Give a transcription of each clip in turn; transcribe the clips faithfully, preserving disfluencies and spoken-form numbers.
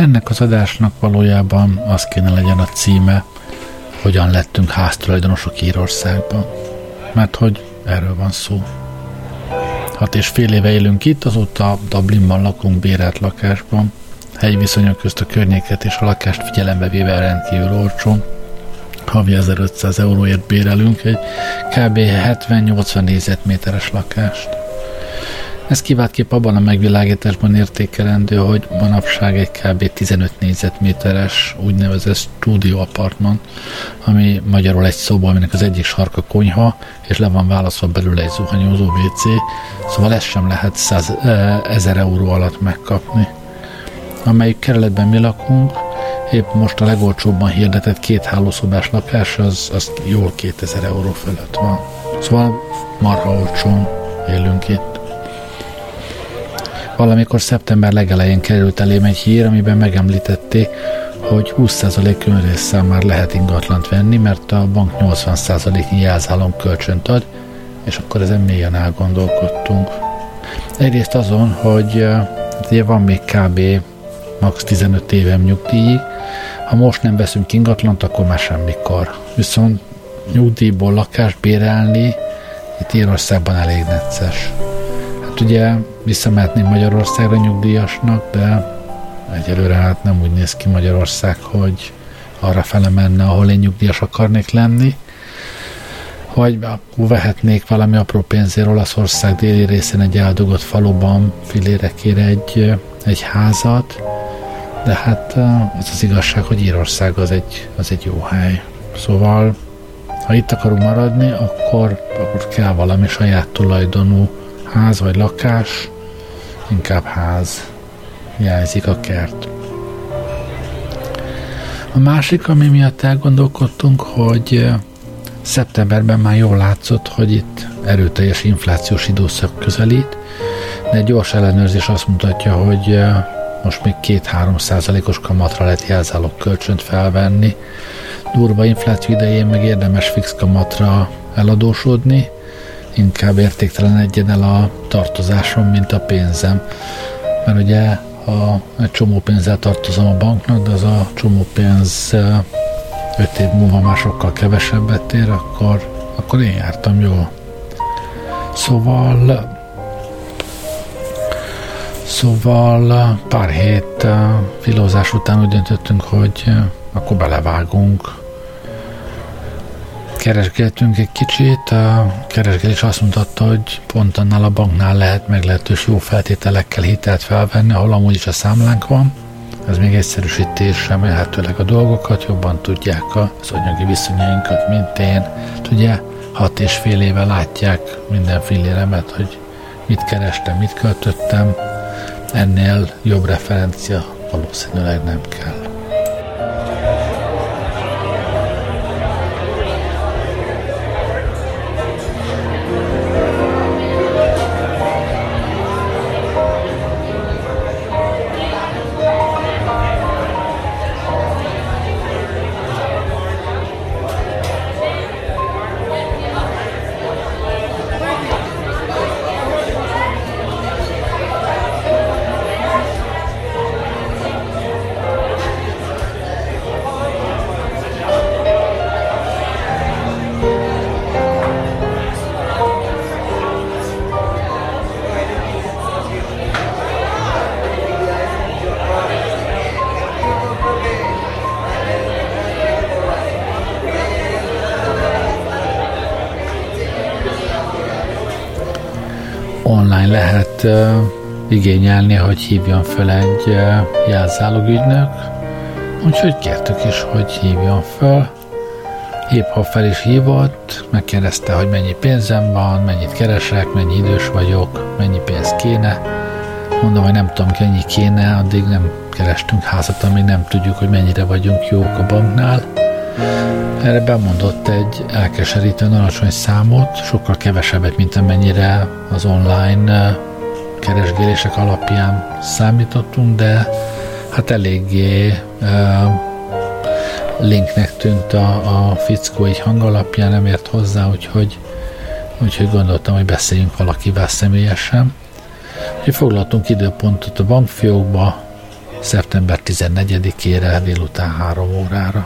Ennek az adásnak valójában az kéne legyen a címe, hogyan lettünk háztulajdonosok Írországban. Mert hogy erről van szó. Hat és fél éve élünk itt, azóta Dublinban lakunk bérelt lakásban. Helyi viszonyok közt a környéket és a lakást figyelembe véve rendkívül olcsó. Havi ezerötszáz euróért bérelünk egy kb. hetven-nyolcvan négyzetméteres lakást. Ez kiváltképp abban a megvilágításban értékelendő, hogy manapság egy kb. tizenöt négyzetméteres úgynevezett studio apartman, ami magyarul egy szoba, aminek az egyik sarka konyha, és le van választva belőle egy zuhanyozó vé cé, szóval ezt sem lehet száz, ezer euró alatt megkapni. Amelyik kerületben mi lakunk, épp most a legolcsóbban hirdetett két hálószobás lakás, az, az jól kétezer euró fölött van. Szóval marha olcsón élünk itt. Valamikor szeptember legelején került elém egy hír, amiben megemlítették, hogy húsz százalék önrésszel már lehet ingatlant venni, mert a bank nyolcvan százaléknyi jelzálog kölcsönt ad, és akkor ezen mélyen elgondolkodtunk. Egyrészt azon, hogy ugye van még kb. Max tizenöt évem nyugdíjig, ha most nem veszünk ingatlant, akkor már semmikor. Viszont nyugdíjból lakást bérelni itt Írországban elég necces. Hát ugye visszamehetnénk Magyarországra nyugdíjasnak, de egyelőre hát nem úgy néz ki Magyarország, hogy arra fele menne, ahol én nyugdíjas akarnék lenni. Vagy vehetnék valami apró pénzért Olaszország déli részén egy eldugott faluban filérekére egy, egy házat, de hát az az igazság, hogy Írország az egy, az egy jó hely. Szóval, ha itt akarunk maradni, akkor, akkor kell valami saját tulajdonú ház vagy lakás, inkább ház. Hiányzik a kert. A másik, ami miatt elgondolkodtunk, hogy szeptemberben már jól látszott, hogy itt erőteljes inflációs időszak közelít, de egy gyors ellenőrzés azt mutatja, hogy most még két-három százalékos kamatra lehet jelzálog kölcsönt felvenni. Durva infláció idején meg érdemes fix kamatra eladósodni, inkább értéktelenedjen el a tartozásom, mint a pénzem. Mert ugye, ha egy csomó pénzzel tartozom a banknak, de az a csomó pénz öt év múlva már sokkal kevesebbet ér, akkor, akkor én jártam jól. Szóval Szóval pár hét filózás után úgy döntöttünk, hogy akkor belevágunk. Keresgéltünk egy kicsit, a keresgélés azt mutatta, hogy pont annál a banknál lehet meglehetős jó feltételekkel hitelt felvenni, ahol amúgy is a számlánk van. Ez még egyszerűsítés, remélhetőleg a dolgokat, jobban tudják az anyagi viszonyainkat, mint én. Ugye hat és fél éve látják minden filléremet, hogy mit kerestem, mit költöttem. Ennél jobb referencia valószínűleg nem kell. Online lehet uh, igényelni, hogy hívjon fel egy uh, jelzálogügynök, úgyhogy kértük is, hogy hívjon fel. Épp ha fel is hívott, megkérdezte, hogy mennyi pénzem van, mennyit keresek, mennyi idős vagyok, mennyi pénz kéne. Mondom, hogy nem tudom, mennyi kéne, addig nem kerestünk házat, amíg nem tudjuk, hogy mennyire vagyunk jók a banknál. Erre bemondott egy elkeserítően alacsony számot, sokkal kevesebbet, mint amennyire az online keresgélések alapján számítottunk, de hát eléggé uh, linknek tűnt a, a fickó így hang alapján, nem ért hozzá, úgyhogy, úgyhogy gondoltam, hogy beszéljünk valakivel személyesen. Úgyhogy foglaltunk időpontot a bankfiókba, szeptember tizennegyedikére délután három órára.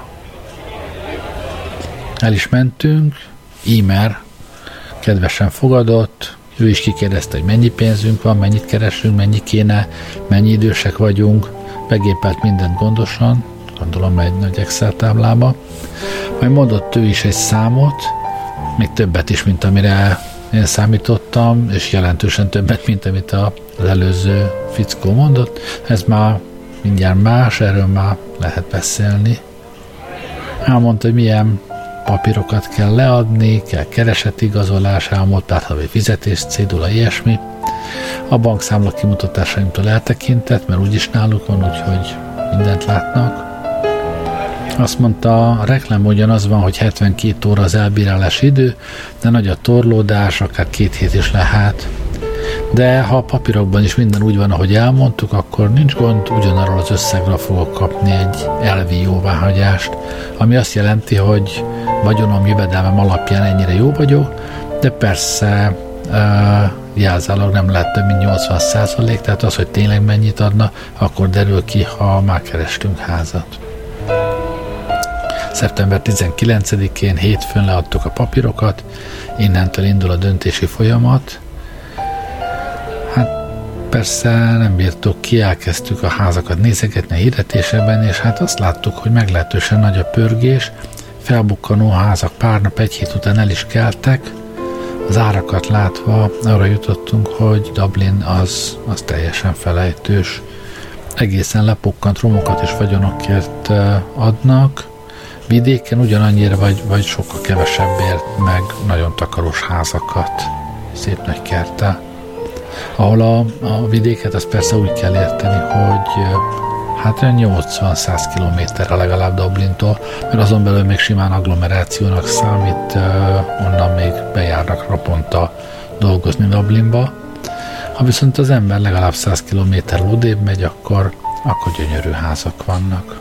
El is mentünk, Imer kedvesen fogadott, ő is kikérdezte, hogy mennyi pénzünk van, mennyit keresünk, mennyi kéne, mennyi idősek vagyunk, begépelt mindent gondosan, gondolom egy nagy Excel táblába, majd mondott ő is egy számot, még többet is, mint amire én számítottam, és jelentősen többet, mint amit az előző fickó mondott. Ez már mindjárt más, erről már lehet beszélni. Elmondta, hogy milyen papírokat kell leadni, kell keresetigazolás, elmondta, párthavi fizetés, cédula, ilyesmi. A bankszámla kimutatásaimtól eltekintett, mert úgyis náluk van, úgyhogy mindent látnak. Azt mondta, a reklám ugyanaz van, hogy hetvenkét óra az elbírálási idő, de nagy a torlódás, akár két hét is lehet. De ha a papírokban is minden úgy van, ahogy elmondtuk, akkor nincs gond, ugyanarról az összegről fogok kapni egy elvi jóváhagyást, ami azt jelenti, hogy vagyonom, jövedelmem alapján ennyire jó vagyok, de persze uh, jelzálog nem lehet több, mint nyolcvan százalék, tehát az, hogy tényleg mennyit adna, akkor derül ki, ha már kerestünk házat. szeptember tizenkilencedikén hétfőn leadtuk a papírokat, innentől indul a döntési folyamat. Hát persze nem bírtuk ki, elkezdtük a házakat nézegetni a hirdetésében, és hát azt láttuk, hogy meglehetősen nagy a pörgés, felbukkanó házak pár nap, egy hét után el is keltek. Az árakat látva arra jutottunk, hogy Dublin az, az teljesen felejtős. Egészen lepukkant romokat és vagyonokért adnak, vidéken ugyanannyira vagy, vagy sokkal kevesebbért, meg nagyon takaros házakat, szép nagy kerttel. Ahol a, a vidéket, azt persze úgy kell érteni, hogy hát olyan nyolcvan-száz kilométerre legalább Dublintól, mert azon belül még simán agglomerációnak számít, onnan még bejárnak naponta dolgozni Dublinba. Ha viszont az ember legalább száz kilométer odébb megy, akkor, akkor gyönyörű házak vannak.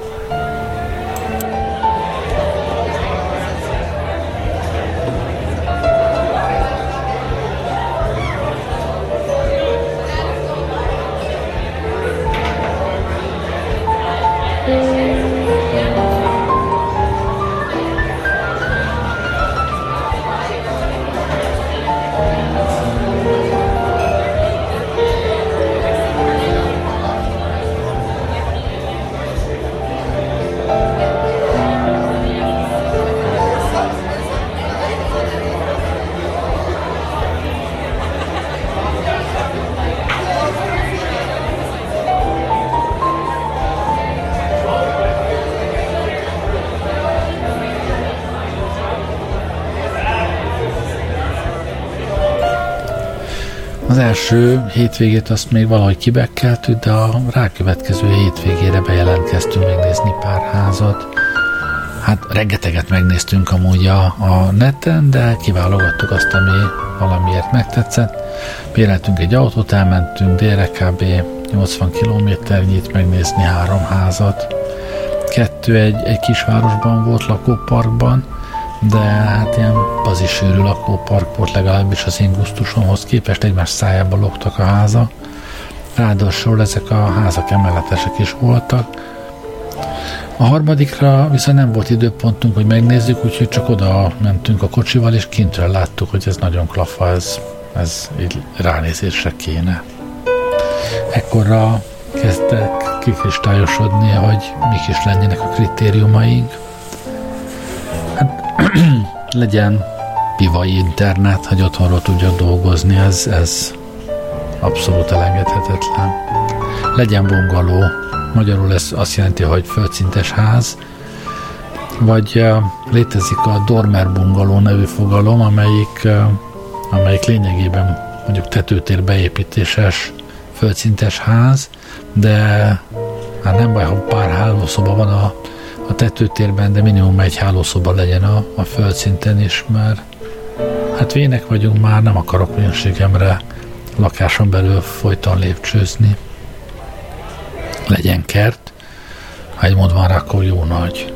Az első hétvégét azt még valahogy kibekkeltük, de a rákövetkező hétvégére bejelentkeztünk megnézni pár házat. Hát rengeteget megnéztünk amúgy a, a neten, de kiválogattuk azt, ami valamiért megtetszett. Béreltünk egy autót, elmentünk délre kb. nyolcvan kilométernyit megnézni három házat. Kettő egy, egy kisvárosban volt, lakóparkban, de hát ilyen bazisűrű lakópark volt, legalábbis az én gusztusomhoz képest, egymás szájába lógtak a házak. Ráadásul ezek a házak emeletesek is voltak. A harmadikra viszont nem volt időpontunk, hogy megnézzük, úgyhogy csak oda mentünk a kocsival, és kintről láttuk, hogy ez nagyon klafa, ez, ez így ránézésre kéne. Ekkorra kezdtek kikristályosodni, hogy mik is lennének a kritériumaink. Hát legyen pivai internet, hogy otthonról tudjak dolgozni, ez, ez abszolút elengedhetetlen. Legyen bungaló, magyarul ez azt jelenti, hogy földszintes ház, vagy uh, létezik a dormer bungaló nevű fogalom, amelyik, uh, amelyik lényegében mondjuk tetőtér beépítéses földszintes ház, de hát nem baj, ha pár hálószoba van a, a tetőtérben, de minimum egy hálószoba legyen a, a földszinten is, mert hát vének vagyunk már, nem akarok minőségemre lakáson belül folyton lépcsőzni. Legyen kert, ha egy mód van rá, akkor jó nagy.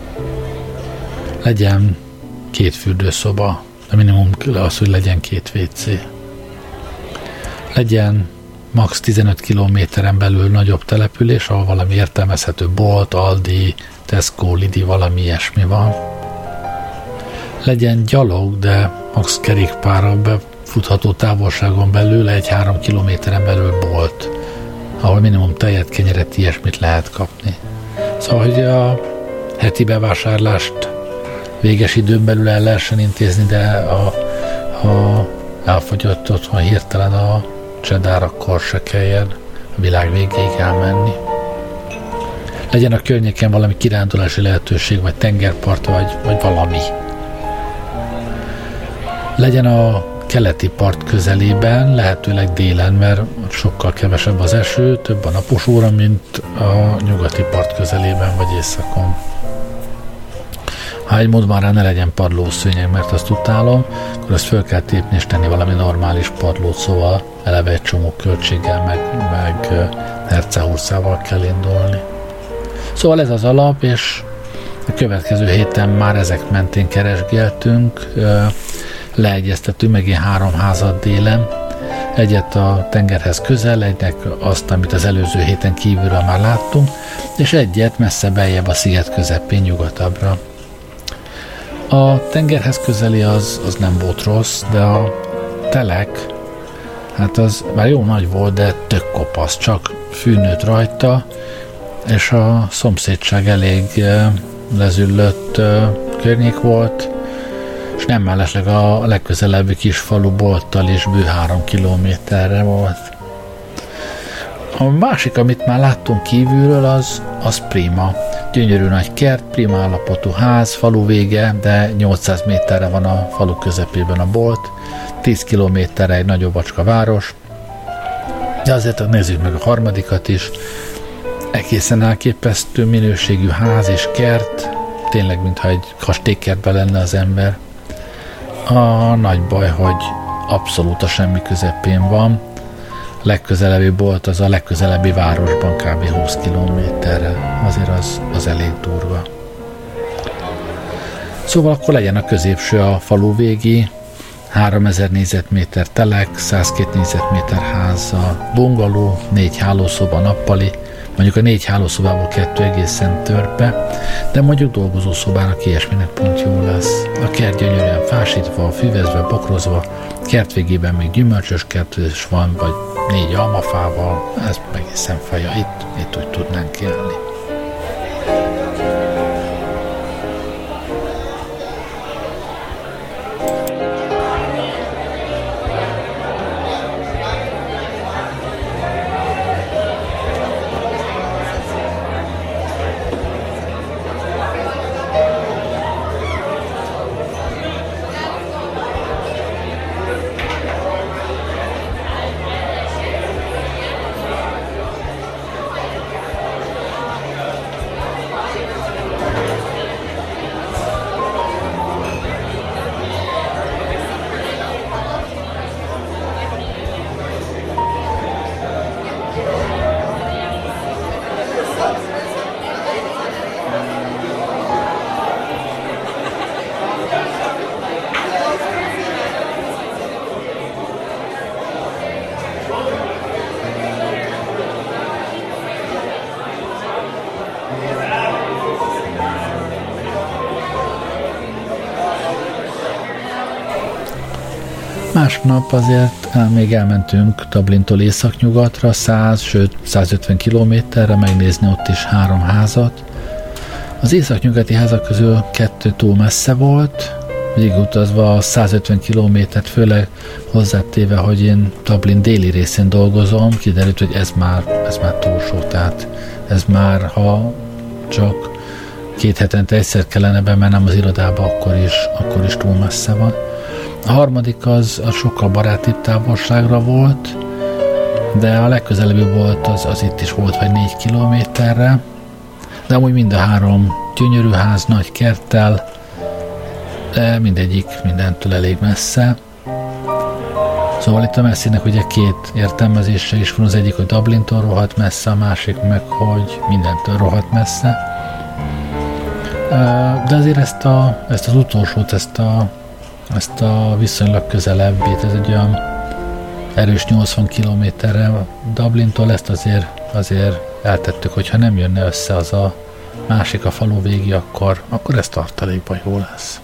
Legyen két fürdőszoba, de minimum az, hogy legyen két vé cé. Legyen max. tizenöt kilométeren belül nagyobb település, ahol valami értelmezhető bolt, Aldi, Tesco, Lidi, valami ilyesmi van. Legyen gyalog, de max. Kerékpárral befutható távolságon belül egy három kilométeren belül bolt, ahol minimum tejet, kenyeret, ilyesmit lehet kapni. Szóval, hogy a heti bevásárlást véges időn belül el lehessen intézni, de a, ha elfogyott otthon hirtelen a csedár, akkor se kelljen a világ végéig elmenni. Legyen a környéken valami kirándulási lehetőség, vagy tengerpart, vagy, vagy valami. Legyen a keleti part közelében, lehetőleg délen, mert sokkal kevesebb az eső, több a napos óra, mint a nyugati part közelében, vagy északon. Ha egy módban rá ne legyen padlószőnyeg, mert azt utálom, akkor azt föl kell tépni és tenni valami normális padlót, szóval eleve egy csomó költséggel, meg, meg hercehurszával kell indulni. Szóval ez az alap, és a következő héten már ezek mentén keresgéltünk, leegyeztetünk meg én három házat délen, egyet a tengerhez közel, egynek azt, amit az előző héten kívülről már láttunk, és egyet messze beljebb a sziget közepén nyugatabbra. A tengerhez közeli az, az nem volt rossz, de a telek, hát az már jó nagy volt, de tök kopasz, csak fű nőtt rajta, és a szomszédság elég lezüllött környék volt, és nem mellesleg a legközelebbi kis falu bolttal is bő három kilométerre volt. A másik, amit már láttunk kívülről, az, az prima. Gyönyörű nagy kert, prima állapotú ház, falu vége, de nyolcszáz méterre van a falu közepében a bolt, tíz kilométerre egy nagyobbacska város, de azért nézzük meg a harmadikat is. Egészen elképesztő minőségű ház és kert, tényleg mintha egy kastélykertben lenne az ember. A nagy baj, hogy abszolút a semmi közepén van. Legközelebbi bolt az a legközelebbi városban kb. húsz kilométerre. Azért az, az elég durva. Szóval akkor legyen a középső a falu végi, háromezer négyzetméter telek, százkettő négyzetméter háza, bungaló, négy hálószoba nappali, mondjuk a négy hálószobából kettő egészen törpe, de mondjuk dolgozószobának ilyesminek pont jó lesz. A kert gyönyörűen fásítva, füvezve, bokrozva, kert végében még gyümölcsös kert is van, vagy négy almafával, ez egészen faja, itt, itt úgy tudnánk élni. Másnap azért még elmentünk Dublintól északnyugatra, száz, sőt százötven kilométerre megnézni ott is három házat. Az északnyugati házak közül kettő túl messze volt, végigutazva a százötven kilométert, főleg hozzátéve, hogy én Dublin déli részén dolgozom, kiderült, hogy ez már, ez már túlsó, tehát ez már, ha csak két hetente egyszer kellene bemennem az irodába, akkor is, akkor is túl messze van. A harmadik az, az sokkal barátibb távolságra volt, de a legközelebbi volt az, az itt is volt, vagy négy kilométerre, de amúgy mind a három gyönyörű ház, nagy kerttel, de mindegyik mindentől elég messze. Szóval itt a messzinek ugye két értelmezése is van, az egyik, hogy Dublintól rohadt messze, a másik meg, hogy mindentől rohadt messze. De azért ezt, a, ezt az utolsót, ezt a ezt a viszonylag közelebbit, ez egy olyan erős nyolcvan kilométerre Dublintól, ezt azért, azért eltettük, hogyha nem jönne össze az a másik a falu végi, akkor, akkor ez tartalékban jó lesz.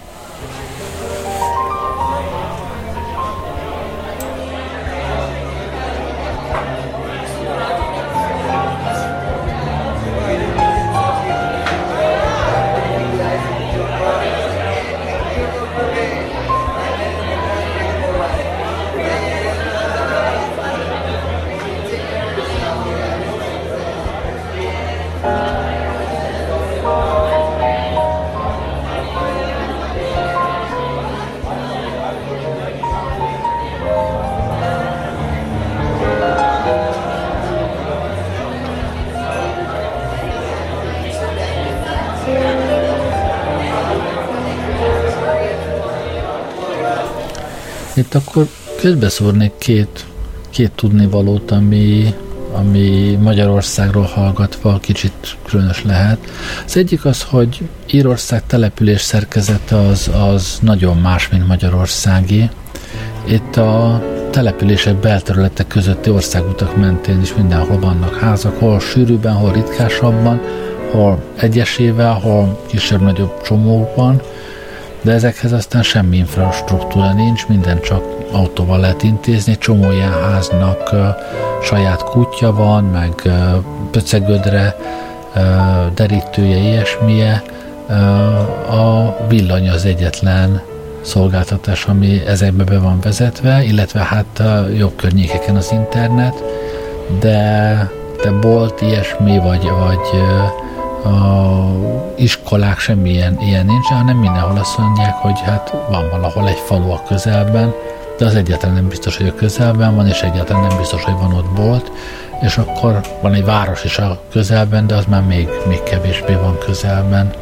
Itt akkor közbeszúrnék két, két tudnivalót, ami, ami Magyarországról hallgatva kicsit különös lehet. Az egyik az, hogy Írország település szerkezete az, az nagyon más, mint Magyarországi. Itt a települések belterületek közötti országutak mentén is mindenhol vannak házak, hol sűrűbben, hol ritkásabban, hol egyesével, hol kisebb-nagyobb csomókban, de ezekhez aztán semmi infrastruktúra nincs, minden csak autóval lehet intézni, csomó ilyen háznak uh, saját kútja van, meg uh, pöcegödre, uh, derítője, ilyesmije. Uh, a villany az egyetlen szolgáltatás, ami ezekbe be van vezetve, illetve hát uh, jobb környékeken az internet, de, de bolt, ilyesmi, vagy, vagy uh, a iskolák semmilyen ilyen nincs, hanem mindenhol azt mondják, hogy hát van valahol egy falu a közelben, de az egyáltalán nem biztos, hogy a közelben van, és egyáltalán nem biztos, hogy van ott bolt, és akkor van egy város is a közelben, de az már még, még kevésbé van közelben.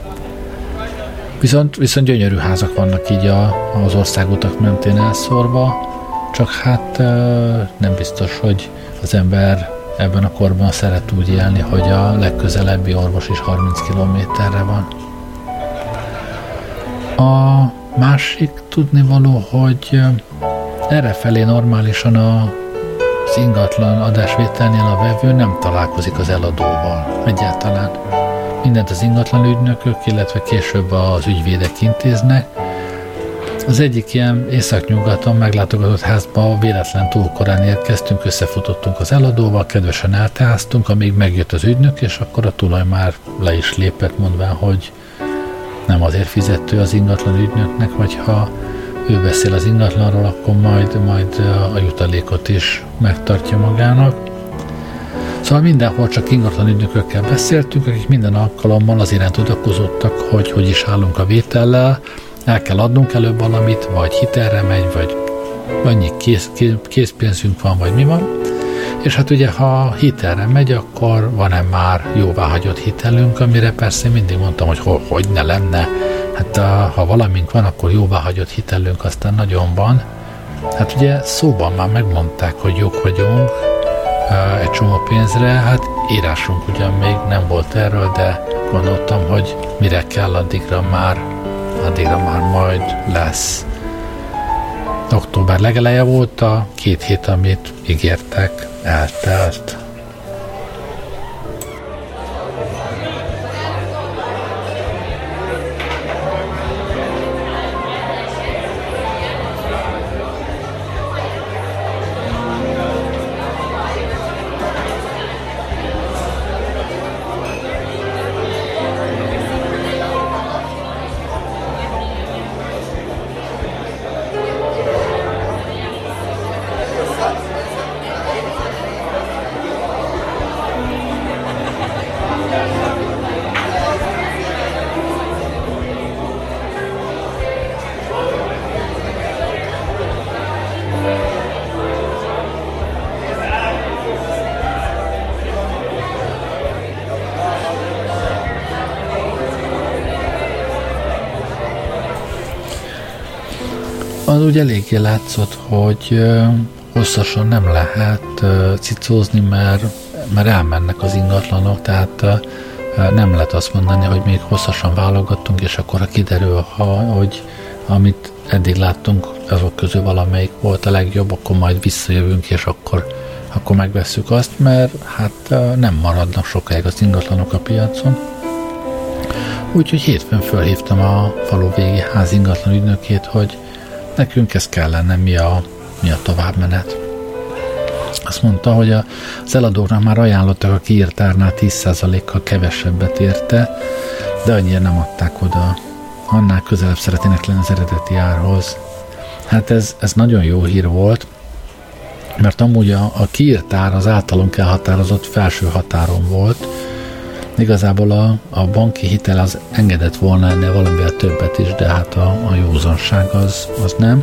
Viszont, viszont gyönyörű házak vannak így a, az országutak mentén elszórva, csak hát nem biztos, hogy az ember ebben a korban szeret úgy élni, hogy a legközelebbi orvos is harminc kilométerre van. A másik tudnivaló, hogy errefelé normálisan az ingatlan adásvételnél a vevő nem találkozik az eladóval egyáltalán. Mindent az ingatlan ügynökök, illetve később az ügyvédek intéznek. Az egyik ilyen északnyugaton meglátogatott házba véletlen túl korán érkeztünk, összefutottunk az eladóval, kedvesen elteáztunk, amíg megjött az ügynök, és akkor a tulaj már le is lépett, mondván, hogy nem azért fizető az ingatlan ügynöknek, vagy ha ő beszél az ingatlanról, akkor majd, majd a jutalékot is megtartja magának. Szóval mindenhol csak ingatlan ügynökökkel beszéltünk, akik minden alkalommal az iránt tudakozottak, hogy hogy is állunk a vétellel, el kell adnunk előbb valamit, vagy hitelre megy, vagy annyi kész, készpénzünk van, vagy mi van. És hát ugye, ha hitelre megy, akkor van-e már jóváhagyott hitelünk, amire persze mindig mondtam, hogy ho, hogy ne lenne. Hát ha valamink van, akkor jóváhagyott hitelünk aztán nagyon van. Hát ugye szóban már megmondták, hogy jók vagyunk egy csomó pénzre, hát írásunk ugyan még nem volt erről, de gondoltam, hogy mire kell, addigra már addigra már majd lesz. Október legeleje volt, a két hét, amit ígértek, eltelt. Az úgy eléggé látszott, hogy hosszasan nem lehet cicózni, mert, mert elmennek az ingatlanok, tehát nem lehet azt mondani, hogy még hosszasan válogattunk, és akkor ha kiderül, ha, hogy amit eddig láttunk azok közül valamelyik volt a legjobb, akkor majd visszajövünk, és akkor, akkor megvesszük azt, mert hát nem maradnak sokáig az ingatlanok a piacon. Úgyhogy hétfőn felhívtam a falu végi ház ingatlan ügynökét, hogy nekünk ez kellene, mi a, mi a továbbmenet. Azt mondta, hogy az eladóknak már ajánlottak a kiírt árnál tíz százalékkal kevesebbet érte, de annyira nem adták oda. Annál közelebb szeretnének lenni az eredeti árhoz. Hát ez, ez nagyon jó hír volt, mert amúgy a, a kiírt ár az általunk elhatározott felső határon volt. Igazából a, a banki hitel az engedett volna ennél valamivel többet is, de hát a, a józanság az, az nem.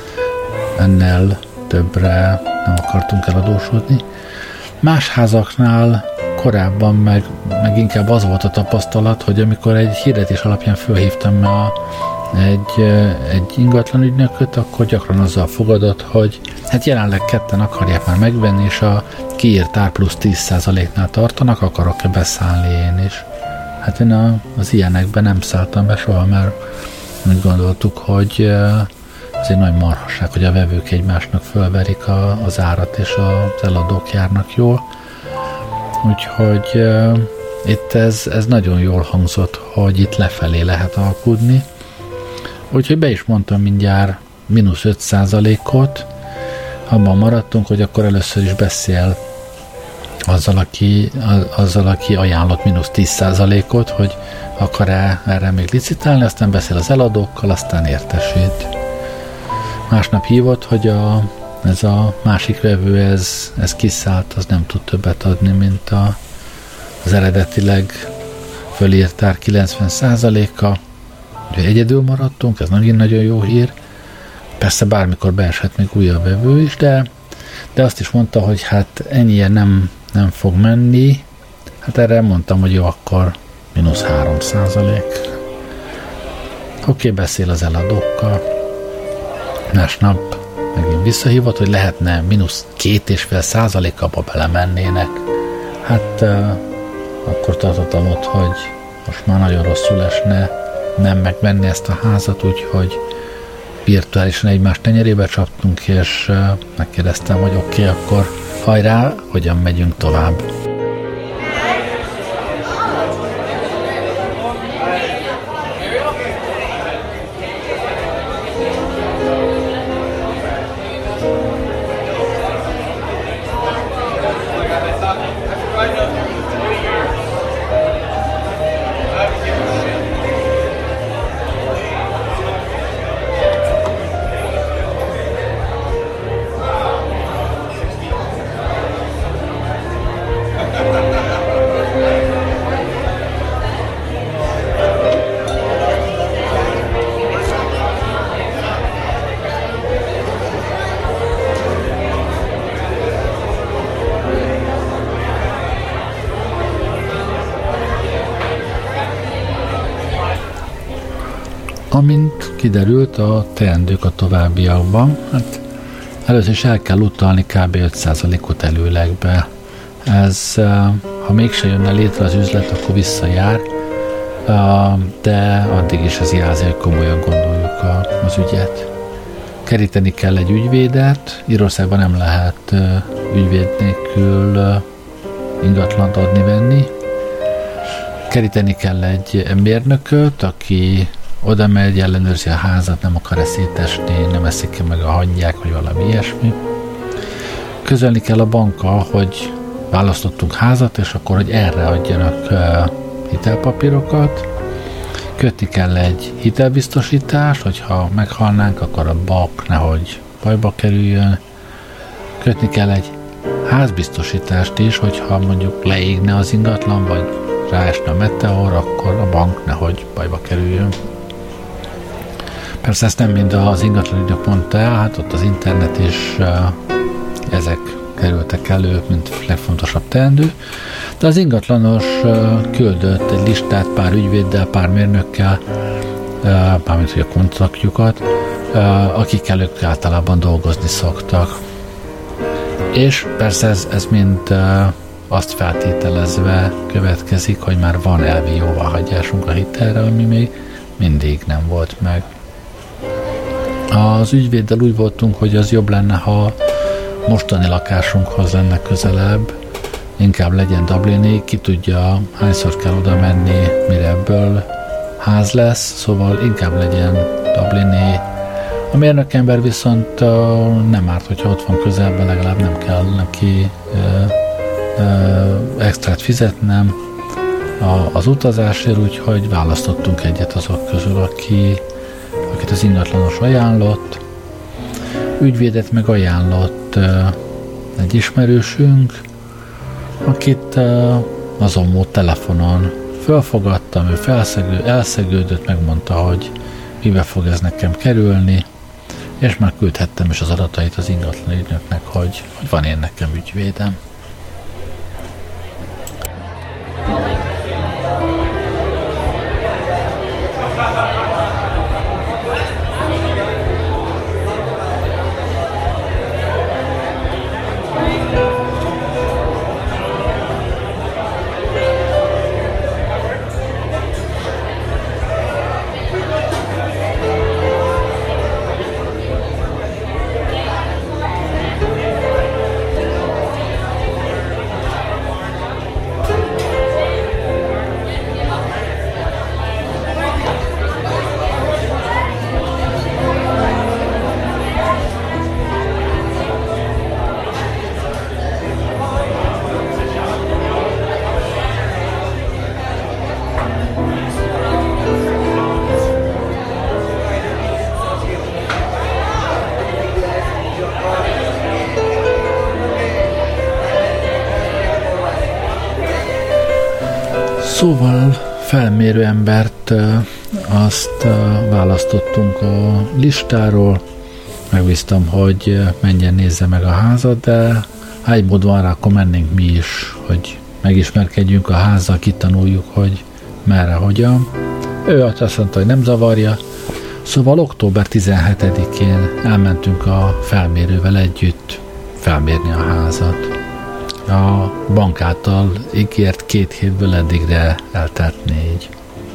Ennél többre nem akartunk eladósodni. Más házaknál korábban meg, meg inkább az volt a tapasztalat, hogy amikor egy hirdetés alapján fölhívtam a, egy, egy ingatlan ügynököt, akkor gyakran azzal fogadott, hogy hát jelenleg ketten akarják már megvenni, és a kiírt ár plusz tíz százaléknál tartanak, akarok-e beszállni én is. Hát én a, az ilyenekben nem szálltam be soha, mert úgy gondoltuk, hogy ez egy nagy marhaság, hogy a vevők egymásnak fölverik a, az árat, és az eladók járnak jól. Úgyhogy uh, itt ez, ez nagyon jól hangzott, hogy itt lefelé lehet alkudni. Úgyhogy be is mondtam mindjárt mínusz öt százalékot. Abban maradtunk, hogy akkor először is beszél azzal, aki, azzal, aki ajánlott mínusz tíz százalékot, hogy akar-e erre még licitálni, aztán beszél az eladókkal, aztán értesít. Másnap hívott, hogy a, ez a másik vevő, ez, ez kiszállt, az nem tud többet adni, mint a, az eredetileg fölírt ár kilencven százaléka. Úgyhogy egyedül maradtunk, ez nagyon nagyon jó hír. Persze bármikor beeshet még újabb vevő is, de, de azt is mondta, hogy hát ennyire nem, nem fog menni. Hát erre mondtam, hogy jó, akkor mínusz három százalék. Oké, beszél az eladókkal. Másnap megint visszahívott, hogy lehetne mínusz két és fél százalék abba belemennének. Hát uh, akkor tartottam ott, hogy most már nagyon rosszul esne nem megvenni ezt a házat, úgyhogy virtuálisan egymás tenyerébe csaptunk, és uh, megkérdeztem, hogy oké, okay, akkor hajrá, hogyan megyünk tovább. Amint kiderült, a teendők a továbbiakban, hát először is el kell utalni kb. öt százalékot előlegbe. Ez, ha mégse jönne létre az üzlet, akkor visszajár, de addig is az jelzi, hogy komolyan gondoljuk az ügyet. Keríteni kell egy ügyvédet, Írországban nem lehet ügyvéd nélkül ingatlant adni-venni. Keríteni kell egy mérnököt, aki oda megy, ellenőrzi a házat, nem akar szétesni, nem eszik meg a hangyák, vagy valami ilyesmi. Közölni kell a bankkal, hogy választottunk házat, és akkor, hogy erre adjanak uh, hitelpapírokat. Kötni kell egy hitelbiztosítást, hogyha meghalnánk, akkor a bank nehogy bajba kerüljön. Kötni kell egy házbiztosítást is, hogyha mondjuk leégne az ingatlan, vagy ráesne a meteor, akkor a bank nehogy bajba kerüljön. Persze ezt nem mind az ingatlanügynök mondta el, hát ott az internet is uh, ezek kerültek elő, mint legfontosabb teendő, de az ingatlanos uh, küldött egy listát pár ügyvéddel, pár mérnökkel, uh, mármint hogy a kontaktjukat, uh, akikkel ők általában dolgozni szoktak. És persze ez, ez mind uh, azt feltételezve következik, hogy már van elvi jóváhagyásunk a hitelre, ami még mindig nem volt meg. Az ügyvéddel úgy voltunk, hogy az jobb lenne, ha mostani lakásunkhoz lenne közelebb, inkább legyen dublini, ki tudja, hányszor kell oda menni, mire ebből ház lesz, szóval inkább legyen dublini. A mérnökember viszont uh, nem árt, hogyha ott van közelben, legalább nem kell neki uh, uh, extrát fizetnem a, az utazásért, úgyhogy választottunk egyet azok közül, aki, akit az ingatlanos ajánlott. Ügyvédet meg ajánlott uh, egy ismerősünk, akit uh, azon mód telefonon fölfogadtam, ő felszegő, elszegődött, megmondta, hogy mibe fog ez nekem kerülni, és már küldhettem is az adatait az ingatlan ügynöknek, hogy, hogy van én nekem ügyvédem. Szóval felmérő embert azt választottunk a listáról, megbíztam, hogy menjen nézze meg a házat, de ha egy mód van rá, akkor mennénk mi is, hogy megismerkedjünk a házzal, kitanuljuk, hogy merre, hogyan. Ő azt mondta, hogy nem zavarja, szóval október tizenhetedikén elmentünk a felmérővel együtt felmérni a házat. A bank által ígért két hétből eddigre eltelt négy.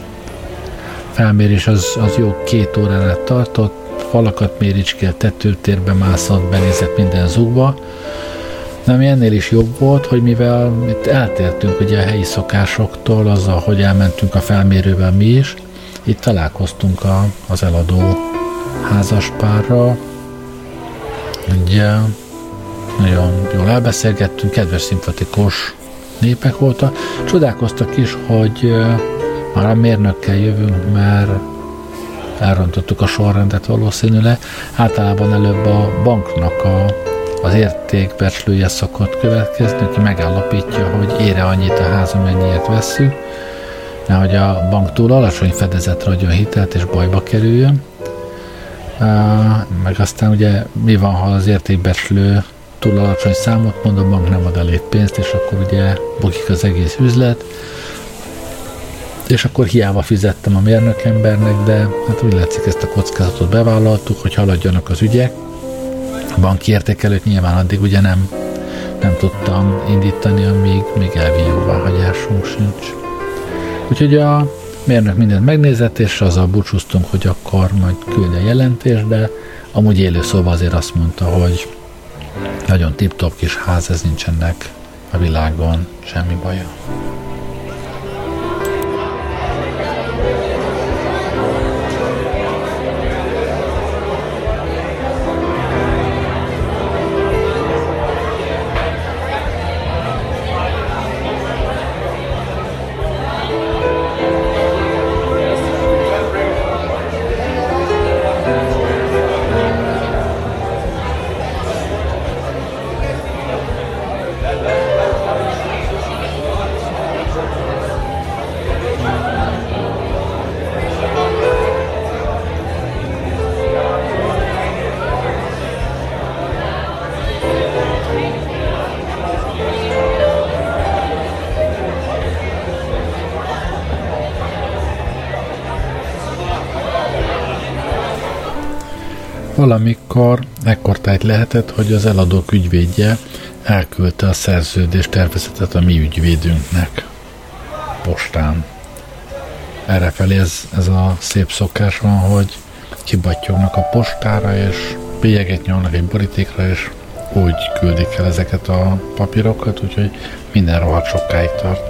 Felmérés az, az jó két órára tartott, falakat méricskélt, tetőtérbe mászott, benézett minden zugba, de ami ennél is jobb volt, hogy mivel itt eltértünk ugye a helyi szokásoktól, azzal, hogy elmentünk a felmérővel mi is, itt találkoztunk a, az eladó házaspárral, ugye nagyon jól elbeszélgettünk, kedves, szimpatikus népek voltak. Csodálkoztak is, hogy már a mérnökkel jövünk, mert elrontottuk a sorrendet valószínűleg. Általában előbb a banknak a, az értékbecslője szokott következni, aki megállapítja, hogy ére annyit a ház, amennyiért vesszük, nehogy a bank túl alacsony fedezetre adjon hitelt és bajba kerüljön. Meg aztán ugye mi van, ha az értékbecslő túl alacsony számot mond, a bank nem ad elég pénzt, és akkor ugye bukik az egész üzlet, és akkor hiába fizettem a mérnökembernek, de hát úgy látszik, ezt a kockázatot bevállaltuk, hogy haladjanak az ügyek. A banki értékelőt nyilván addig ugye nem, nem tudtam indítani, amíg még elvi jóváhagyásunk sincs. Úgyhogy a mérnök mindent megnézett, és azzal búcsúztunk, hogy akkor majd küld a jelentést, de amúgy élő szóval azért azt mondta, hogy nagyon tip-top kis ház, ez nincsenek a világon semmi baja. Valamikor ekkortájt lehetett, hogy az eladók ügyvédje elküldte a szerződés tervezetet a mi ügyvédünknek postán. Errefelé ez, ez a szép szokás van, hogy kibattyognak a postára, és bélyeget nyomnak egy borítékra, és úgy küldik el ezeket a papírokat, úgyhogy minden rohadt sokáig tart.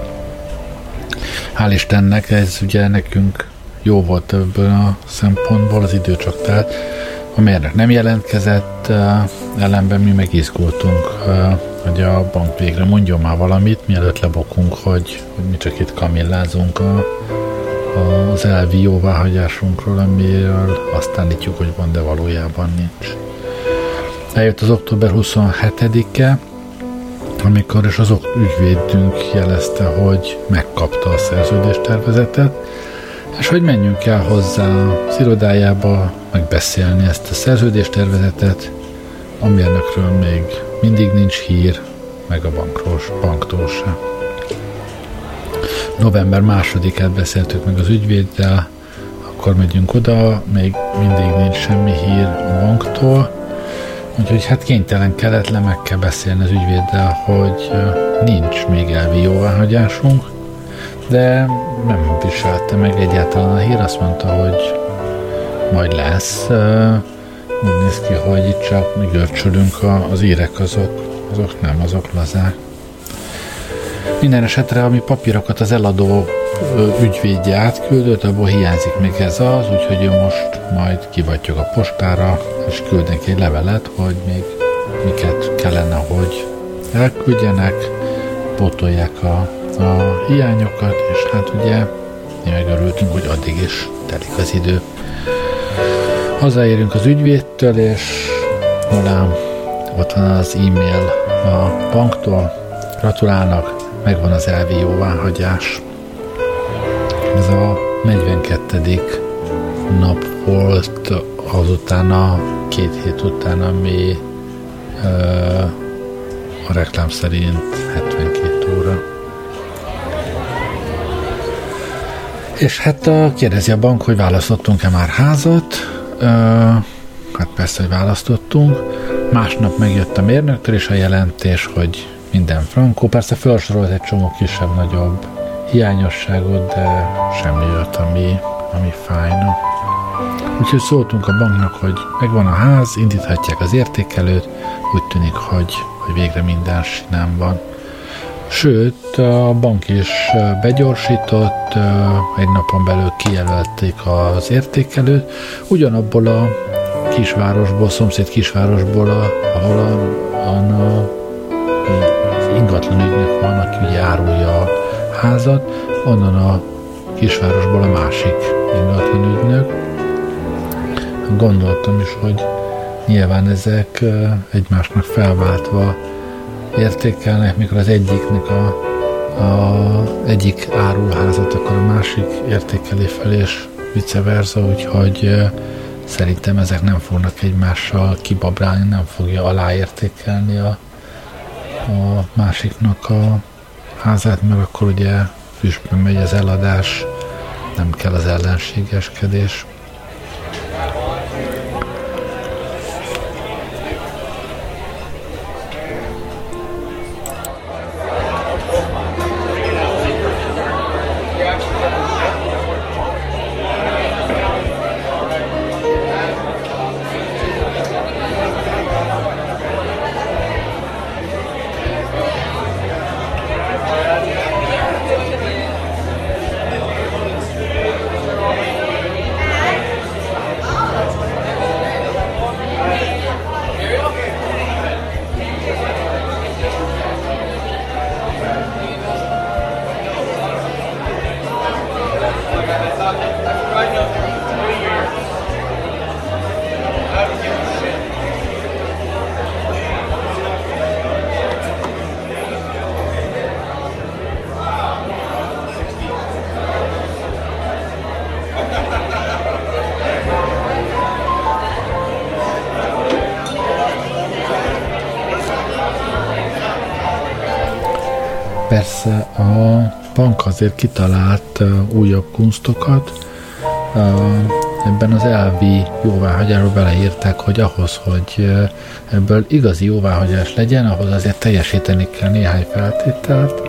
Hál' Istennek ez ugye nekünk jó volt ebből a szempontból, az idő csak telt. A mérnök nem jelentkezett, ellenben mi meg izgultunk, hogy a bank végre mondjon már valamit, mielőtt lebokunk, hogy, hogy mi csak itt kamillázunk a, az elvi jóváhagyásunkról, amiről azt állítjuk, hogy van, de valójában nincs. Eljött az október huszonhetedike, amikor is az ügyvédünk jelezte, hogy megkapta a szerződéstervezetet, és hogy menjünk el hozzá az irodájába megbeszélni ezt a szerződéstervezetet. A mérnökről még mindig nincs hír, meg a bankról, banktól sem. November másodikát beszéltük meg az ügyvéddel, akkor megyünk oda, még mindig nincs semmi hír a banktól, úgyhogy hát kénytelen-keletlen meg kell beszélni az ügyvéddel, hogy nincs még elvi jóváhagyásunk, de nem viselte meg egyáltalán a hír, azt mondta, hogy majd lesz. Úgy néz ki, hogy itt csak mi görcsölünk, az írek azok, azok nem, azok lazák. Minden esetre, ami papírokat az eladó ügyvédje átküldött, abból hiányzik még ez az, úgyhogy ő most majd kivattyog a postára, és küld neki egy levelet, hogy még miket kellene, hogy elküldjenek, pótolják a, a hiányokat, és hát ugye mi megörültünk, hogy addig is telik az idő. Hazaérünk az ügyvédtől, és volám, ott van az e-mail a banktól, gratulálnak, megvan az elvi jóváhagyás. Ez a negyvenkettedik nap volt azután a két hét után, ami ö, a reklám szerint hetvenkét óra. És hát kérdezi a bank, hogy választottunk-e már házat. Ö, hát persze, hogy választottunk. Másnap megjött a mérnöktől is a jelentés, hogy minden frankó. Persze felsorolt egy csomó kisebb-nagyobb hiányosságot, de semmi jött, ami, ami fájna. Úgyhogy szóltunk a banknak, hogy megvan a ház, indíthatják az értékelőt, úgy tűnik, hogy, hogy végre minden sinem van. Sőt, a bank is begyorsított, egy napon belül kijelölték az értékelőt, ugyanabból a kisvárosból, szomszéd kisvárosból, ahol a, a, az ingatlan ügynök van, aki ugye árulja a házat, onnan a kisvárosból a másik ingatlan ügynök. Gondoltam is, hogy nyilván ezek egymásnak felváltva értékelnek, mikor az egyiknek a, a egyik árulházat, akkor a másik értékeli fel, és vice versa, úgyhogy szerintem ezek nem fognak egymással kibabrálni, nem fogja aláértékelni a, a másiknak a házát, meg akkor ugye füstben megy az eladás, nem kell az ellenségeskedés. Persze a bank azért kitalált uh, újabb kunsztokat. Uh, ebben az elvi jóváhagyásról beleírták, hogy ahhoz, hogy uh, ebből igazi jóváhagyás legyen, ahhoz azért teljesíteni kell néhány feltételt.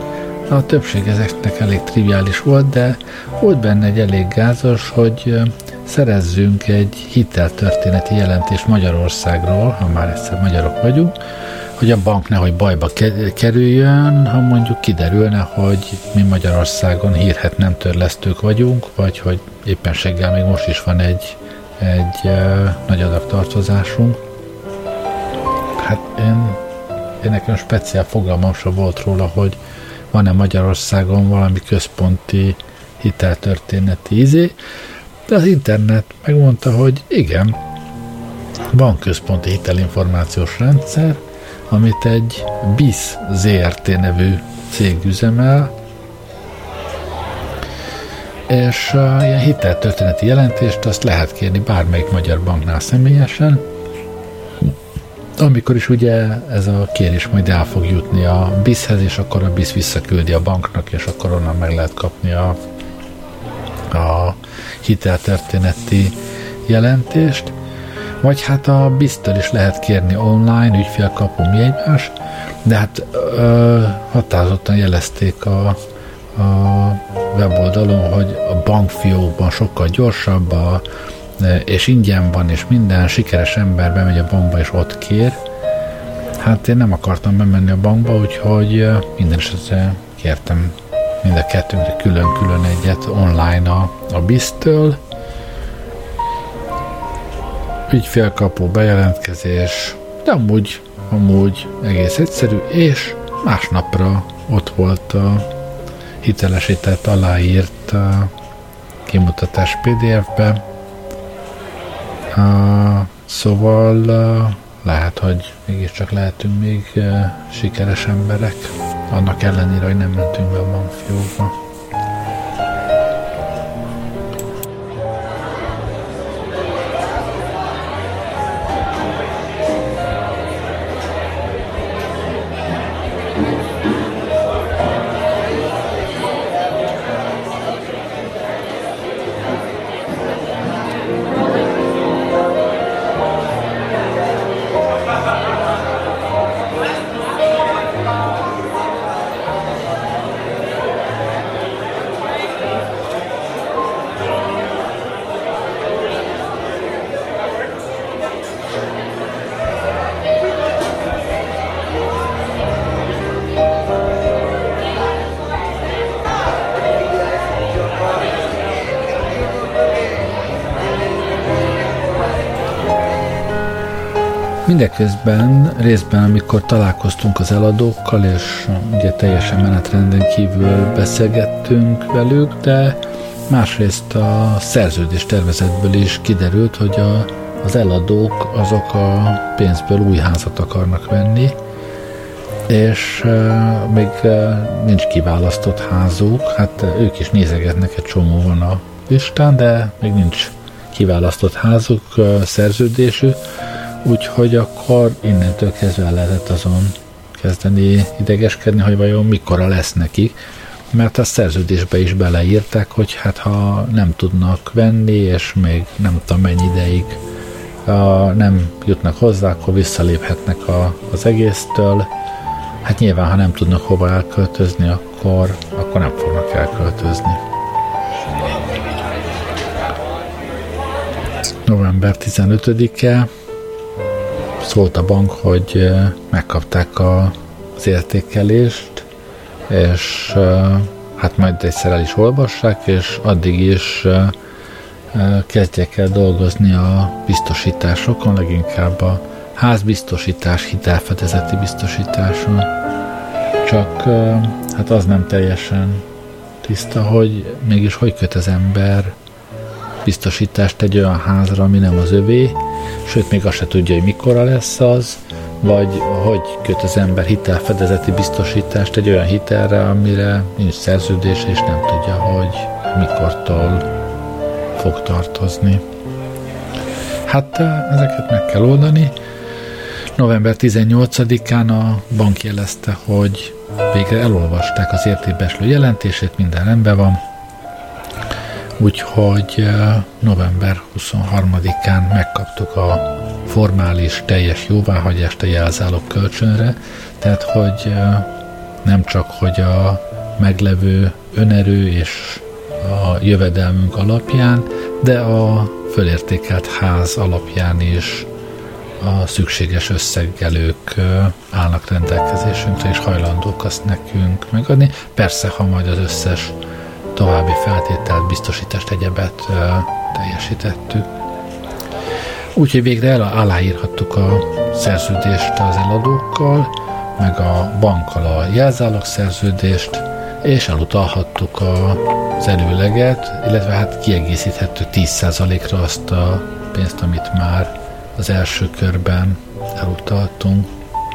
A többség ezeknek elég triviális volt, de volt benne egy elég gázos, hogy szerezzünk egy hiteltörténeti jelentést Magyarországról, ha már egyszer magyarok vagyunk, hogy a bank nehogy bajba kerüljön, ha mondjuk kiderülne, hogy mi Magyarországon hírhet nem törlesztők vagyunk, vagy hogy éppenséggel még most is van egy, egy uh, nagy adag tartozásunk. Hát én, én nekem speciál fogalmam sem volt róla, hogy van-e Magyarországon valami központi hiteltörténeti izé, de az internet megmondta, hogy igen, van központi hitelinformációs rendszer, amit egy bé i es zé er té nevű cég üzemel, és uh, ilyen hiteltörténeti jelentést azt lehet kérni bármelyik magyar banknál személyesen, amikor is ugye ez a kérés majd el fog jutni a bé i es-hez, és akkor a bé i es visszaküldi a banknak, és akkor onnan meg lehet kapni a, a hiteltörténeti jelentést. Vagy hát a bé i es-től is lehet kérni online, ügyfélkapu, mi egymás, de hát ö, határozottan jelezték a, a weboldalon, hogy a bankfiókban sokkal gyorsabb, a, és ingyen van, és minden sikeres ember bemegy a bankba, és ott kér. Hát én nem akartam bemenni a bankba, úgyhogy minden esetre kértem mind a kettőnkre külön-külön egyet online a, a bé i es-től. Ügyfélkapu, bejelentkezés, de amúgy, amúgy egész egyszerű, és másnapra ott volt a hitelesített, aláírt a kimutatás pé dé ef-be. Uh, szóval uh, lehet, hogy mégiscsak lehetünk még uh, sikeres emberek, annak ellenére, hogy nem mentünk be a bankfiókba. Mindeközben részben, amikor találkoztunk az eladókkal, és ugye teljesen menetrenden kívül beszélgettünk velük, de másrészt a szerződés tervezetből is kiderült, hogy a, az eladók azok a pénzből új házat akarnak venni, és uh, még uh, nincs kiválasztott házuk, hát uh, ők is nézegetnek, egy csomó van a listán, de még nincs kiválasztott házuk, uh, szerződésük, úgyhogy akkor innentől kezdve lehetett azon kezdeni idegeskedni, hogy vajon mikora lesz nekik, mert a szerződésbe is beleírták, hogy hát ha nem tudnak venni, és még nem tudom mennyi ideig a, nem jutnak hozzá, akkor visszaléphetnek a, az egésztől. Hát nyilván, ha nem tudnak hova elköltözni, akkor, akkor nem fognak elköltözni. november tizenötödike szólt a bank, hogy megkapták a, az értékelést, és hát majd egyszer el is olvassák, és addig is kezdjek el dolgozni a biztosításokon, leginkább a házbiztosítás, hitelfedezeti biztosításon. Csak hát az nem teljesen tiszta, hogy mégis hogy köt az ember biztosítást egy olyan házra, ami nem az övé, sőt, még azt se tudja, hogy mikora lesz az, vagy hogy köt az ember hitelfedezeti biztosítást egy olyan hitelre, amire nincs szerződése, és nem tudja, hogy mikortól fog tartozni. Hát ezeket meg kell oldani. november tizennyolcadikán a bank jelezte, hogy végre elolvasták az értékbeeslő jelentését, minden rendben van, úgyhogy november huszonharmadikán megkaptuk a formális, teljes jóváhagyást a jelzálog kölcsönre, tehát hogy nem csak, hogy a meglevő önerő és a jövedelmünk alapján, de a fölértékelt ház alapján is a szükséges összeggel ők állnak rendelkezésünkre, és hajlandók azt nekünk megadni. Persze, ha majd az összes további feltételt, biztosítást, egyebet teljesítettük. Úgyhogy végre el, aláírhattuk a szerződést az eladókkal, meg a bankkal a jelzálogszerződést, és elutalhattuk az előleget, illetve hát kiegészíthettük tíz százalékra azt a pénzt, amit már az első körben elutaltunk.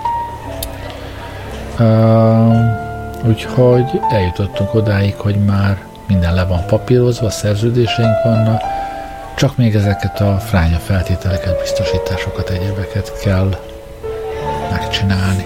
Uh, úgyhogy eljutottunk odáig, hogy már minden le van papírozva, szerződéseink vannak, csak még ezeket a fránya feltételeket, biztosításokat, egyebeket kell megcsinálni.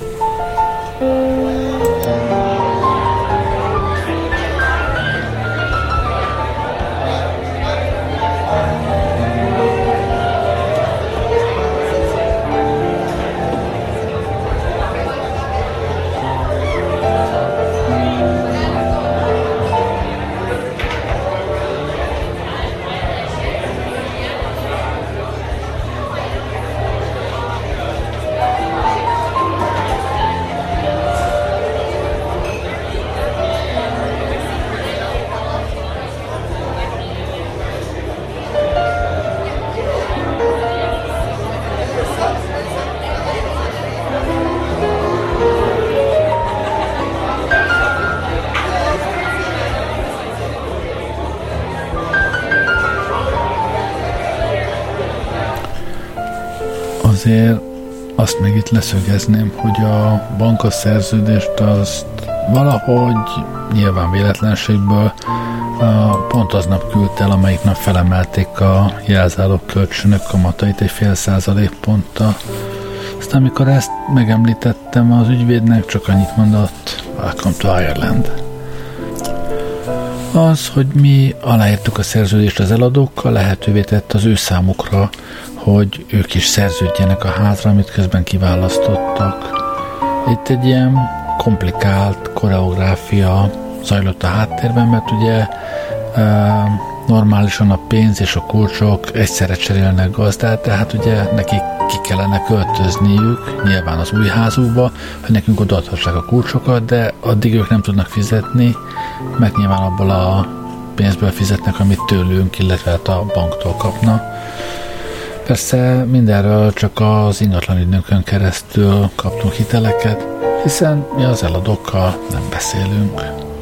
Azért azt még itt leszögezném, hogy a bankos szerződést azt valahogy nyilván véletlenségből pont aznap küldte el, amelyik nap felemelték a jelzálog kölcsönök kamatait egy fél százalékponttal. Aztán amikor ezt megemlítettem az ügyvédnek, csak annyit mondott: Welcome to Ireland. Az, hogy mi aláírtuk a szerződést az eladókkal, lehetővé tett az ő számukra, hogy ők is szerződjenek a házra, amit közben kiválasztottak. Itt egy ilyen komplikált koreográfia zajlott a háttérben, mert ugye e, normálisan a pénz és a kulcsok egyszerre cserélnek gazdát, tehát ugye nekik ki kellene költözniük, nyilván az új házukba, hogy nekünk odaadhassák a kulcsokat, de addig ők nem tudnak fizetni, mert nyilván abból a pénzből fizetnek, amit tőlünk, illetve hát a banktól kapnak. Persze mindenről csak az ingatlanügynökön keresztül kaptunk hiteleket, hiszen mi az eladókkal nem beszélünk.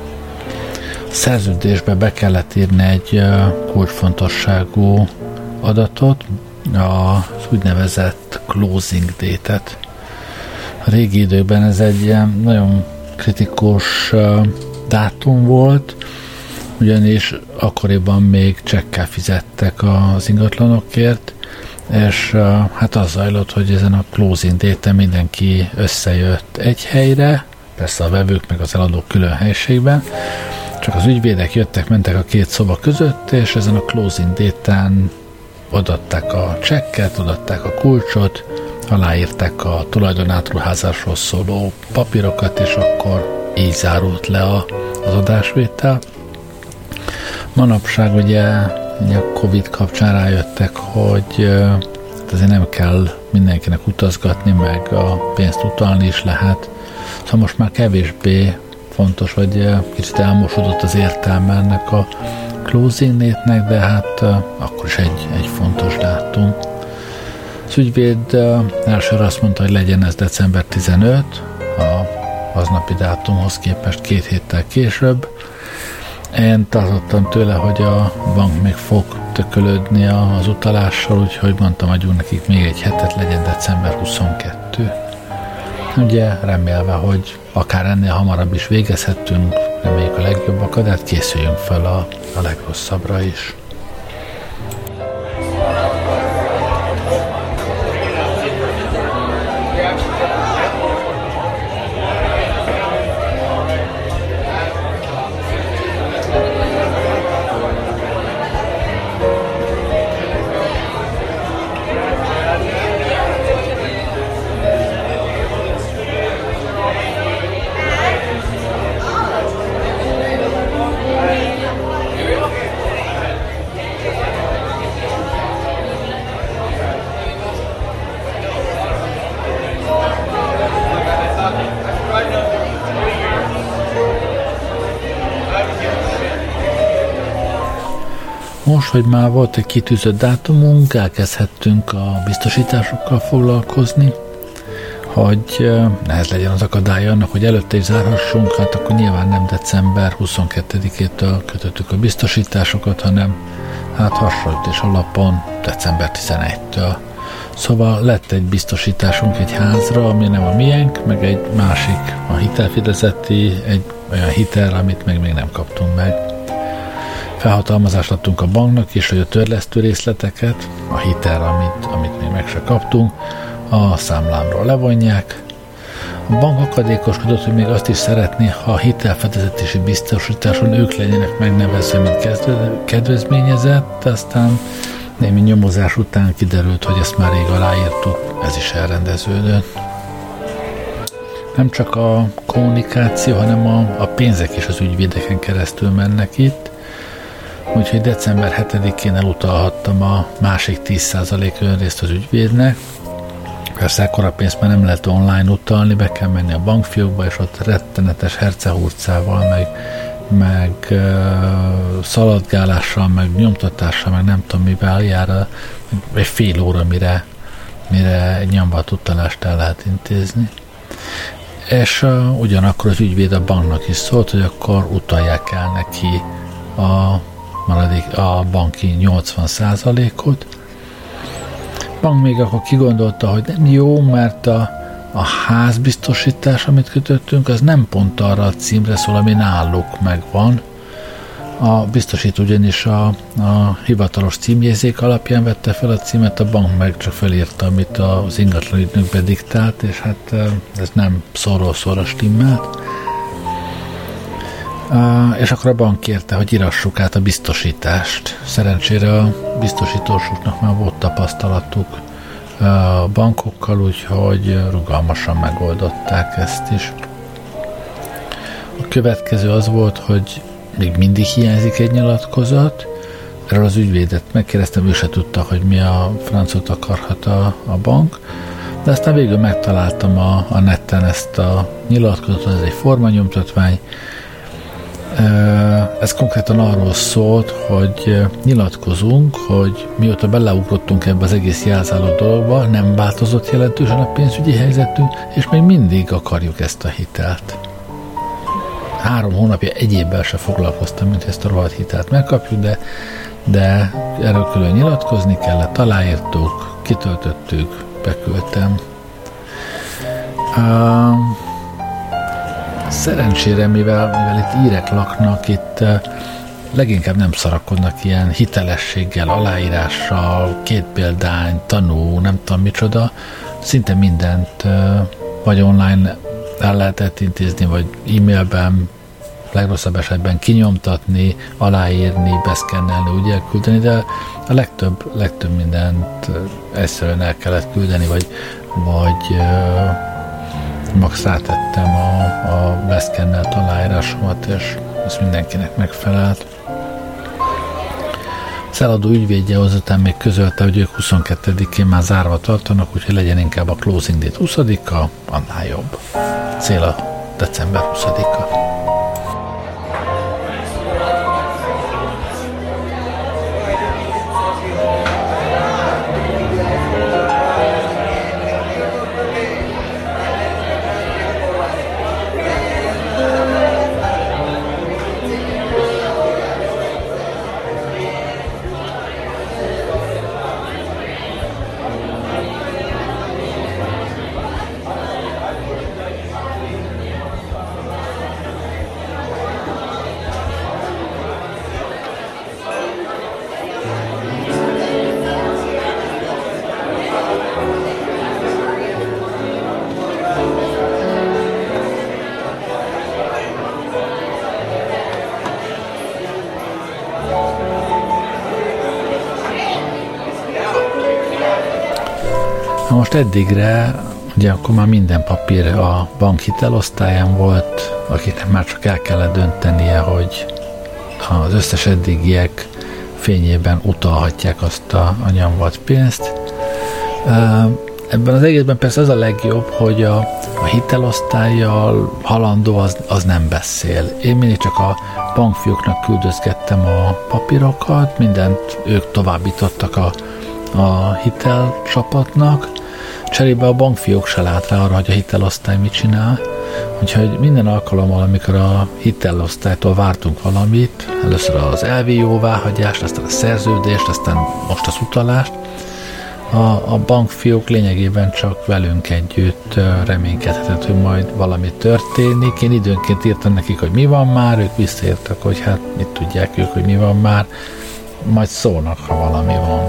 A szerződésbe be kellett írni egy kulcsfontosságú adatot, az úgynevezett closing date-et. A régi időkben ez egy ilyen nagyon kritikus dátum volt, ugyanis akkoriban még csekkel fizettek az ingatlanokért, és hát az zajlott, hogy ezen a closing date-en mindenki összejött egy helyre, persze a vevők meg az eladók külön helyiségben, csak az ügyvédek jöttek, mentek a két szoba között, és ezen a closing date-en odaadták a csekket, odaadták a kulcsot, aláírták a tulajdonátruházásról szóló papírokat, és akkor így zárult le a, az adásvétel. Manapság ugye a Covid kapcsán rájöttek, hogy azért nem kell mindenkinek utazgatni, meg a pénzt utalni is lehet. Szóval most már kevésbé fontos, vagy kicsit elmosódott az értelme ennek a closing date-nek, de hát akkor is egy, egy fontos dátum. Az ügyvéd elsőre azt mondta, hogy legyen ez december tizenötödike, a aznapi dátumhoz képest két héttel később. Én tartottam tőle, hogy a bank még fog tökölődni az utalással, úgyhogy mondtam, adjunk nekik még egy hetet, legyen december huszonkettő. Ugye remélve, hogy akár ennél hamarabb is végezhetünk, reméljük a legjobbakat, de hát készüljünk fel a, a legrosszabbra is. Most, hogy már volt egy kitűzött dátumunk, elkezdhettünk a biztosításokkal foglalkozni, hogy nehez legyen az akadálya annak, hogy előtte is zárhassunk, hát akkor nyilván nem december huszonkettedikétől kötöttük a biztosításokat, hanem hát hasonlítés alapon december tizenegyedikétől. Szóval lett egy biztosításunk egy házra, ami nem a miénk, meg egy másik, a hitelfedezeti, egy olyan hitel, amit meg még nem kaptunk meg. Felhatalmazást adtunk a banknak is, hogy a törlesztő részleteket, a hitel, amit, amit még meg se kaptunk, a számlámról levonják. A bank akadékoskodott, hogy még azt is szeretné, ha a hitelfedezetési biztosításon ők legyenek megnevezve, mint kedvezményezett, aztán némi nyomozás után kiderült, hogy ezt már rég aláírtuk, ez is elrendeződött. Nem csak a kommunikáció, hanem a, a pénzek is az ügyvédeken keresztül mennek itt, úgyhogy december hetedikén elutalhattam a másik tíz százalék önrészt az ügyvédnek. Persze ekkora pénzt már nem lehet online utalni, be kell menni a bankfiókba, és ott rettenetes hercehurcával, meg, meg uh, szaladgálással, meg nyomtatással, meg nem tudom mivel jár egy fél óra, mire, mire egy nyomvat utalást el lehet intézni. És uh, ugyanakkor az ügyvéd a banknak is szólt, hogy akkor utalják el neki a, maradék, a banki nyolcvan százalékot. A bank még akkor kigondolta, hogy nem jó, mert a, a házbiztosítás, amit kötöttünk, az nem pont arra a címre szól, ami náluk megvan. A biztosító ugyanis a, a hivatalos címjegyzék alapján vette fel a címet, a bank meg csak felírta, amit az ingatlanügynök bediktált, és hát ez nem szóról szóra stimmelt. Uh, és akkor a bank kérte, hogy írassuk át a biztosítást. Szerencsére a biztosítósoknak már volt tapasztalatuk a uh, bankokkal, úgyhogy rugalmasan megoldották ezt is. A következő az volt, hogy még mindig hiányzik egy nyilatkozat. Erről az ügyvédet megkérdeztem, ő se tudta, hogy mi a francot akarhat a, a bank, de aztán végül megtaláltam a, a neten ezt a nyilatkozatot, ez egy formanyomtatvány. Ez konkrétan arról szólt, hogy nyilatkozunk, hogy mióta beleugrottunk ebbe az egész jelzáló dologba, nem változott jelentősen a pénzügyi helyzetünk, és még mindig akarjuk ezt a hitelt. Három hónapja egyébben se foglalkoztam, mint ezt a rohadt hitelt megkapjuk, de, de erről külön nyilatkozni kellett, aláírtuk, kitöltöttük, beküldtem. Uh, Szerencsére, mivel, mivel itt írek laknak, itt uh, leginkább nem szarakodnak ilyen hitelességgel, aláírással, két példány, tanú, nem tudom micsoda. Szinte mindent uh, vagy online el lehetett intézni, vagy e-mailben, legrosszabb esetben kinyomtatni, aláírni, beszkennelni, úgy elküldeni, de a legtöbb, legtöbb mindent uh, egyszerűen el kellett küldeni, vagy, vagy uh, max rátettem a, a beszkennelt aláírásomat, és ez mindenkinek megfelelt. Az eladó ügyvédje azután még közölte, hogy ők huszonkettedikén már zárva tartanak, úgyhogy legyen inkább a closing date huszadika, annál jobb. Cél a december huszadika. Most eddigre, ugye akkor már minden papír a bank hitelosztályán volt, akiknek már csak el kellett döntenie, hogy az összes eddigiek fényében utalhatják azt a, a nyomvat pénzt. ebben az egészben persze az a legjobb, hogy a, a hitelosztállyal halandó az, az nem beszél. Én mindig csak a bankfióknak küldözgettem a papírokat, mindent ők továbbítottak a, a hitelcsapatnak, cserébe a bankfiók se lát rá arra, hogy a hitelosztály mit csinál. Úgyhogy minden alkalommal, amikor a hitelosztálytól vártunk valamit, először az elvi jóváhagyást, aztán a szerződést, aztán most az utalást, a, a bankfiók lényegében csak velünk együtt reménykedhetett, hogy majd valami történik. Én időnként írtam nekik, hogy mi van már, ők visszaírtak, hogy hát mit tudják ők, hogy mi van már, majd szólnak, ha valami van.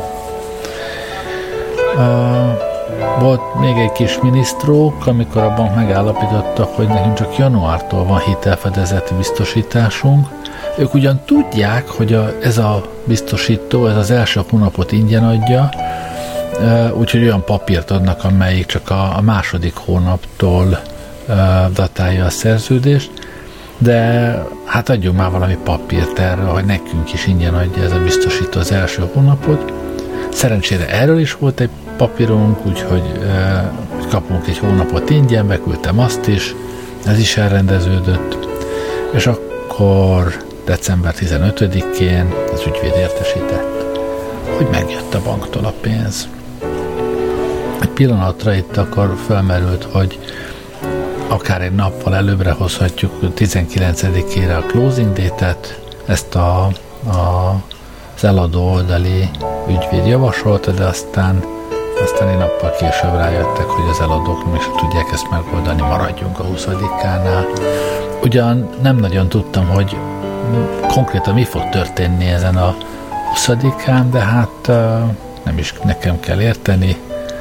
Uh, Volt még egy kis minisztrók, amikor a bank megállapította, hogy nekünk csak januártól van hitelfedezeti biztosításunk. Ők ugyan tudják, hogy a, ez a biztosító, ez az első hónapot ingyen adja, úgyhogy olyan papírt adnak, amelyik csak a, a második hónaptól uh, datálja a szerződést, de hát adjunk már valami papírt erről, hogy nekünk is ingyen adja ez a biztosító az első hónapot. Szerencsére erről is volt egy papírunk, úgyhogy e, kapunk egy hónapot ingyen, beküldtem azt is, ez is elrendeződött, és akkor december tizenötödikén az ügyvéd értesített, hogy megjött a banktól a pénz. Egy pillanatra itt akkor felmerült, hogy akár egy nappal előbbre hozhatjuk tizenkilencedikére a closing date-et, ezt a, a, az eladó oldali ügyvéd javasolta, de aztán aztán egy nappal később rájöttek, hogy az eladók nem is tudják ezt megoldani, maradjunk a huszadikánál. Ugyan nem nagyon tudtam, hogy konkrétan mi fog történni ezen a huszadikán, de hát nem is nekem kell érteni.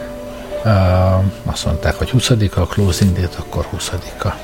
Azt mondták, hogy huszadika a closing date, akkor huszadika.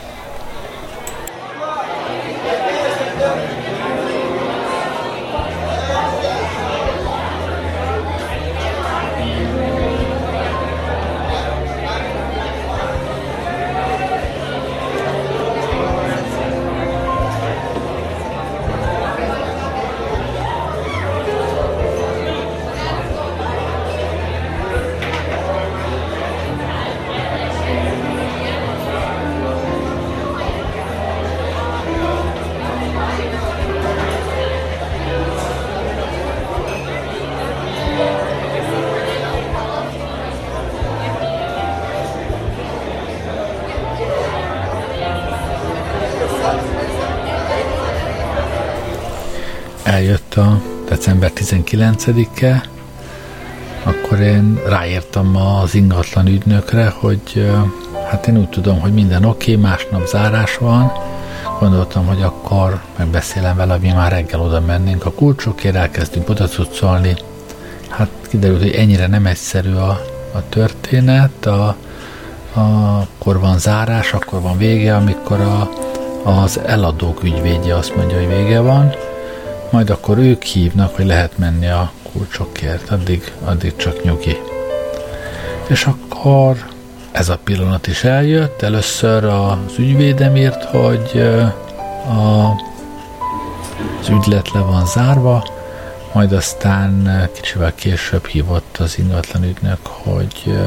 Eljött a december tizenkilencedike, akkor én ráírtam az ingatlan ügynökre, hogy hát én úgy tudom, hogy minden oké, okay, másnap zárás van. Gondoltam, hogy akkor megbeszélem vele, hogy mi már reggel oda mennénk a kulcsokért, elkezdünk oda cuccolni. Hát kiderült, hogy ennyire nem egyszerű a, a történet, a, a, akkor van zárás, akkor van vége, amikor a, az eladók ügyvédje azt mondja, hogy vége van, majd akkor ők hívnak, hogy lehet menni a kulcsokért, addig, addig csak nyugi. És akkor ez a pillanat is eljött, először az ügyvédem írt, hogy a, az ügylet le van zárva, majd aztán kicsivel később hívott az ingatlan ügynök, hogy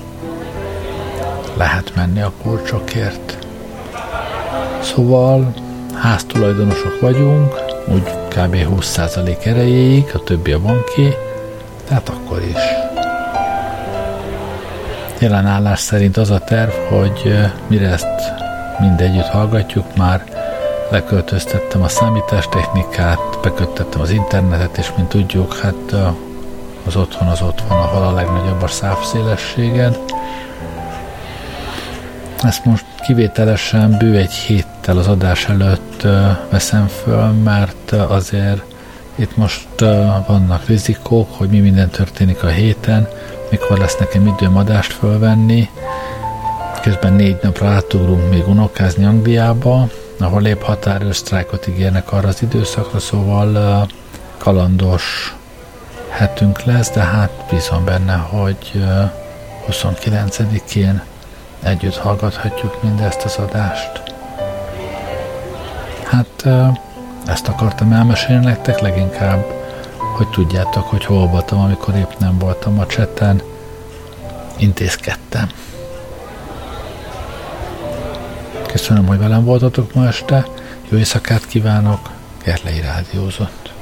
lehet menni a kulcsokért. Szóval háztulajdonosok vagyunk, úgy kb. húsz százalék erejéig, a többi a banké, tehát akkor is. Jelen állás szerint az a terv, hogy mire ezt mindegyütt hallgatjuk, már leköltöztettem a számítástechnikát, beköttettem az internetet, és mint tudjuk, hát az otthon az otthon, ahol a legnagyobb a sávszélességed. Ezt most kivételesen bő egy héttel az adás előtt veszem föl, mert azért itt most vannak rizikók, hogy mi minden történik a héten, mikor lesz nekem időm adást fölvenni. Közben négy napra átugrunk még unokázni Angliába, ahol épp határőr sztrájkot ígérnek arra az időszakra, szóval kalandos hetünk lesz, de hát bízom benne, hogy huszonkilencedikén együtt hallgathatjuk mindezt az adást. Hát ezt akartam elmesélni nektek, leginkább, hogy tudjátok, hogy hol voltam, amikor épp nem voltam a chaten. intézkedtem. Köszönöm, hogy velem voltatok ma este. Jó éjszakát kívánok. Gerlei rádiózott.